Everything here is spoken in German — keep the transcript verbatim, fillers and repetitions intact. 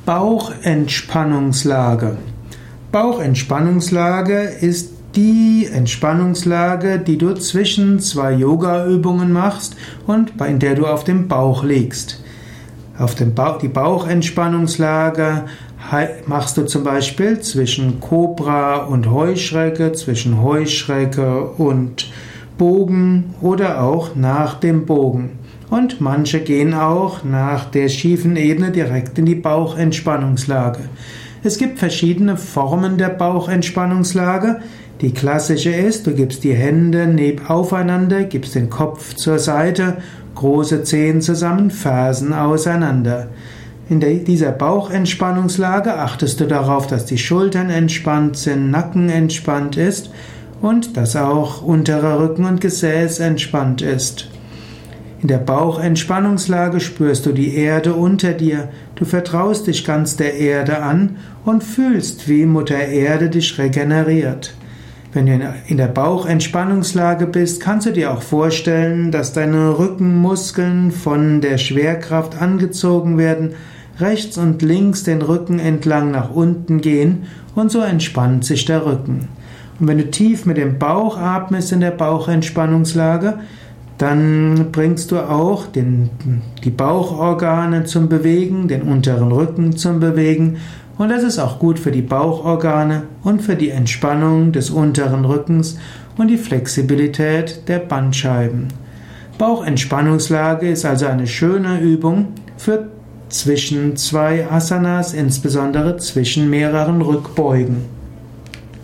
Bauchentspannungslage. Bauchentspannungslage ist die Entspannungslage, die du zwischen zwei Yoga-Übungen machst und in der du auf dem Bauch liegst. Auf dem Bauch, die Bauchentspannungslage machst du zum Beispiel zwischen Kobra und Heuschrecke, zwischen Heuschrecke und Bogen oder auch nach dem Bogen. Und manche gehen auch nach der schiefen Ebene direkt in die Bauchentspannungslage. Es gibt verschiedene Formen der Bauchentspannungslage. Die klassische ist, du gibst die Hände neben aufeinander, gibst den Kopf zur Seite, große Zehen zusammen, Fersen auseinander. In der, dieser Bauchentspannungslage achtest du darauf, dass die Schultern entspannt sind, Nacken entspannt ist und dass auch unterer Rücken und Gesäß entspannt ist. In der Bauchentspannungslage spürst du die Erde unter dir, du vertraust dich ganz der Erde an und fühlst, wie Mutter Erde dich regeneriert. Wenn du in der Bauchentspannungslage bist, kannst du dir auch vorstellen, dass deine Rückenmuskeln von der Schwerkraft angezogen werden, rechts und links den Rücken entlang nach unten gehen und so entspannt sich der Rücken. Und wenn du tief mit dem Bauch atmest in der Bauchentspannungslage, dann bringst du auch den, die Bauchorgane zum Bewegen, den unteren Rücken zum Bewegen und das ist auch gut für die Bauchorgane und für die Entspannung des unteren Rückens und die Flexibilität der Bandscheiben. Bauchentspannungslage ist also eine schöne Übung für zwischen zwei Asanas, insbesondere zwischen mehreren Rückbeugen.